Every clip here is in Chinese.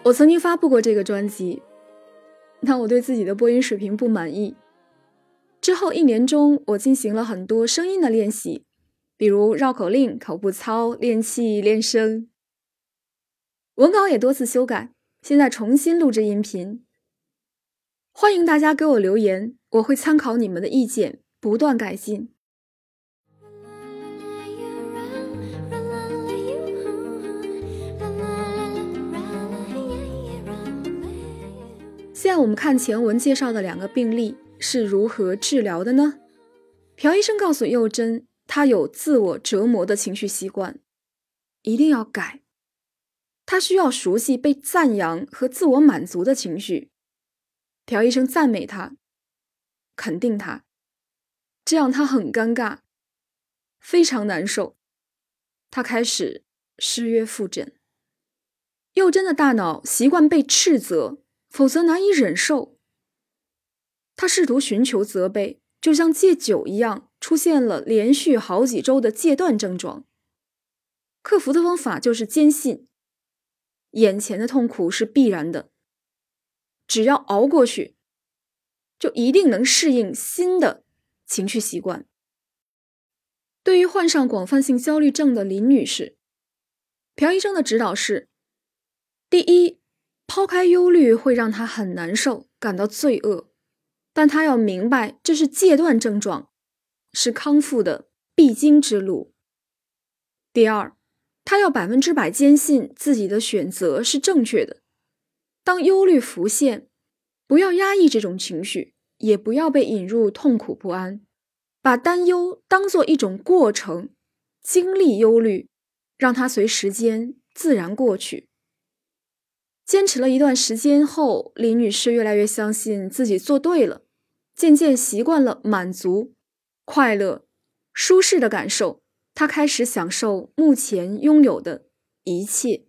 我曾经发布过这个专辑，但我对自己的播音水平不满意。之后1年中，我进行了很多声音的练习，比如绕口令、口部操、练气、练声。文稿也多次修改，现在重新录制音频。欢迎大家给我留言，我会参考你们的意见，不断改进。现在我们看前文介绍的2个病例是如何治疗的呢？朴医生告诉佑珍，他有自我折磨的情绪习惯，一定要改。他需要熟悉被赞扬和自我满足的情绪。朴医生赞美他，肯定他，这样他很尴尬，非常难受。他开始失约复诊。佑珍的大脑习惯被斥责，否则难以忍受。他试图寻求责备，就像戒酒一样，出现了连续好几周的戒断症状。克服的方法就是坚信，眼前的痛苦是必然的，只要熬过去，就一定能适应新的情绪习惯。对于患上广泛性焦虑症的林女士，朴医生的指导是：第一，抛开忧虑会让她很难受，感到罪恶，但她要明白这是戒断症状，是康复的必经之路。第二，她要100%坚信自己的选择是正确的。当忧虑浮现，不要压抑这种情绪，也不要被引入痛苦不安，把担忧当作一种过程，经历忧虑，让它随时间自然过去。坚持了一段时间后，林女士越来越相信自己做对了，渐渐习惯了满足、快乐、舒适的感受，她开始享受目前拥有的一切。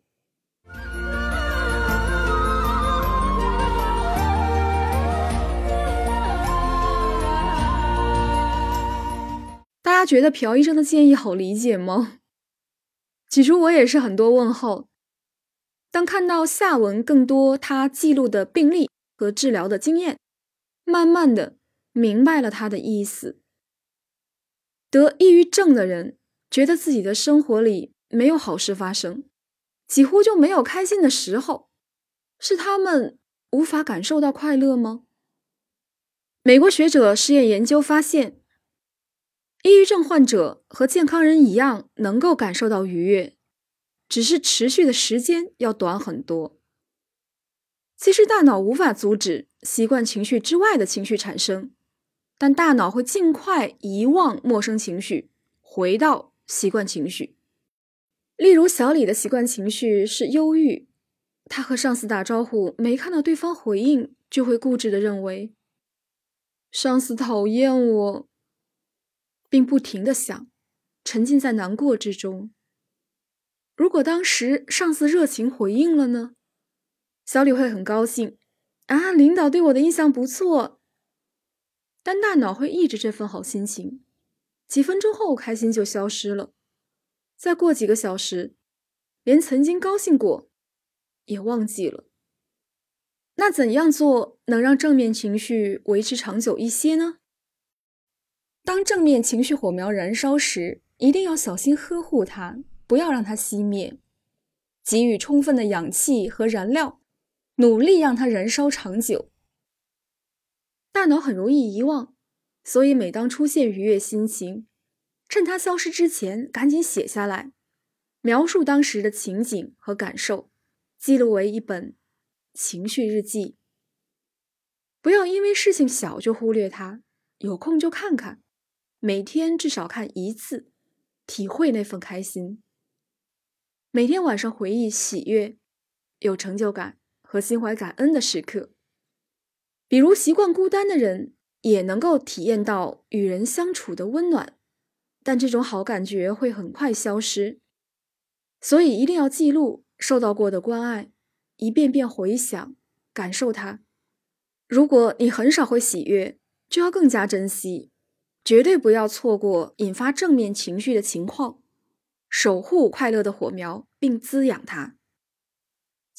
大家觉得朴医生的建议好理解吗？起初我也是很多问号，当看到下文更多他记录的病例和治疗的经验，慢慢的明白了他的意思。得抑郁症的人觉得自己的生活里没有好事发生，几乎就没有开心的时候，是他们无法感受到快乐吗？美国学者实验研究发现，抑郁症患者和健康人一样能够感受到愉悦，只是持续的时间要短很多。其实大脑无法阻止习惯情绪之外的情绪产生，但大脑会尽快遗忘陌生情绪，回到习惯情绪。例如小李的习惯情绪是忧郁，他和上司打招呼，没看到对方回应，就会固执地认为上司讨厌我，并不停地想，沉浸在难过之中。如果当时上司热情回应了呢？小李会很高兴，领导对我的印象不错。但大脑会抑制这份好心情，几分钟后开心就消失了。再过几个小时，连曾经高兴过也忘记了。那怎样做能让正面情绪维持长久一些呢？当正面情绪火苗燃烧时，一定要小心呵护它，不要让它熄灭，给予充分的氧气和燃料，努力让它燃烧长久。大脑很容易遗忘，所以每当出现愉悦心情，趁它消失之前赶紧写下来，描述当时的情景和感受，记录为一本情绪日记。不要因为事情小就忽略它，有空就看看，每天至少看1次，体会那份开心。每天晚上回忆喜悦、有成就感和心怀感恩的时刻。比如习惯孤单的人也能够体验到与人相处的温暖，但这种好感觉会很快消失。所以一定要记录受到过的关爱，一遍遍回想，感受它。如果你很少会喜悦，就要更加珍惜，绝对不要错过引发正面情绪的情况，守护快乐的火苗并滋养它。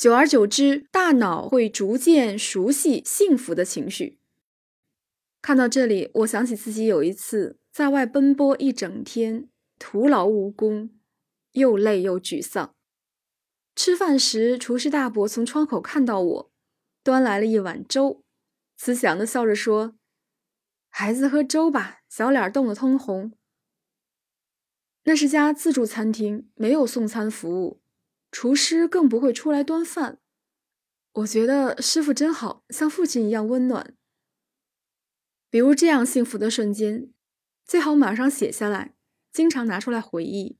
久而久之，大脑会逐渐熟悉幸福的情绪。看到这里，我想起自己有一次在外奔波一整天，徒劳无功，又累又沮丧。吃饭时，厨师大伯从窗口看到我，端来了一碗粥，慈祥地笑着说：“孩子喝粥吧，小脸冻得通红。”那是家自助餐厅，没有送餐服务，厨师更不会出来端饭。我觉得师傅真好，像父亲一样温暖。比如这样幸福的瞬间，最好马上写下来，经常拿出来回忆。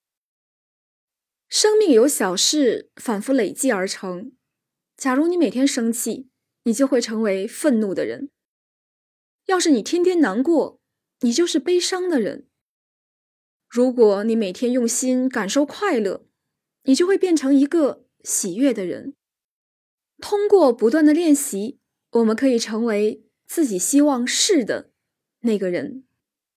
生命由小事反复累积而成。假如你每天生气，你就会成为愤怒的人；要是你天天难过，你就是悲伤的人。如果你每天用心感受快乐，你就会变成一个喜悦的人。通过不断的练习，我们可以成为自己希望是的那个人。